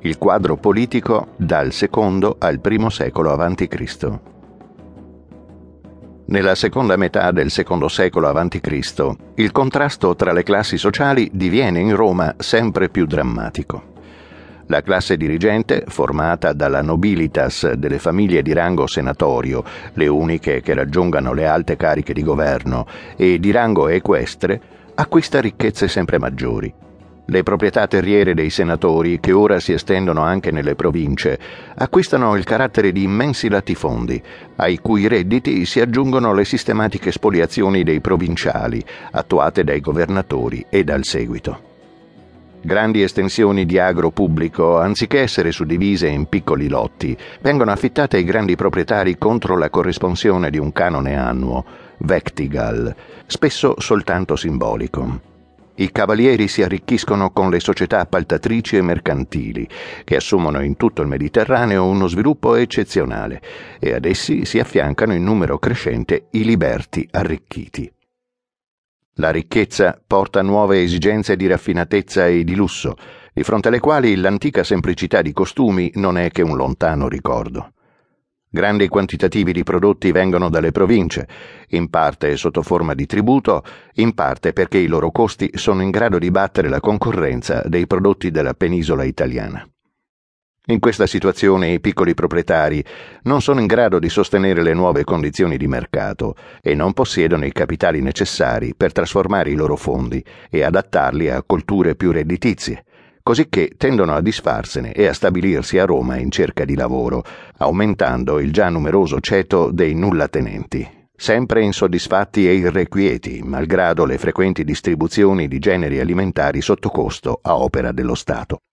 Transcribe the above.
Il quadro politico dal II al I secolo a.C. Nella seconda metà del II secolo a.C., il contrasto tra le classi sociali diviene in Roma sempre più drammatico. La classe dirigente, formata dalla nobilitas delle famiglie di rango senatorio, le uniche che raggiungano le alte cariche di governo, e di rango equestre, acquista ricchezze sempre maggiori. Le proprietà terriere dei senatori, che ora si estendono anche nelle province, acquistano il carattere di immensi latifondi, ai cui redditi si aggiungono le sistematiche spoliazioni dei provinciali, attuate dai governatori e dal seguito. Grandi estensioni di agro pubblico, anziché essere suddivise in piccoli lotti, vengono affittate ai grandi proprietari contro la corresponsione di un canone annuo, vectigal, spesso soltanto simbolico. I cavalieri si arricchiscono con le società appaltatrici e mercantili, che assumono in tutto il Mediterraneo uno sviluppo eccezionale, e ad essi si affiancano in numero crescente i liberti arricchiti. La ricchezza porta nuove esigenze di raffinatezza e di lusso, di fronte alle quali l'antica semplicità di costumi non è che un lontano ricordo. Grandi quantitativi di prodotti vengono dalle province, in parte sotto forma di tributo, in parte perché i loro costi sono in grado di battere la concorrenza dei prodotti della penisola italiana. In questa situazione i piccoli proprietari non sono in grado di sostenere le nuove condizioni di mercato e non possiedono i capitali necessari per trasformare i loro fondi e adattarli a colture più redditizie, cosicché tendono a disfarsene e a stabilirsi a Roma in cerca di lavoro, aumentando il già numeroso ceto dei nullatenenti, sempre insoddisfatti e irrequieti, malgrado le frequenti distribuzioni di generi alimentari sotto costo a opera dello Stato.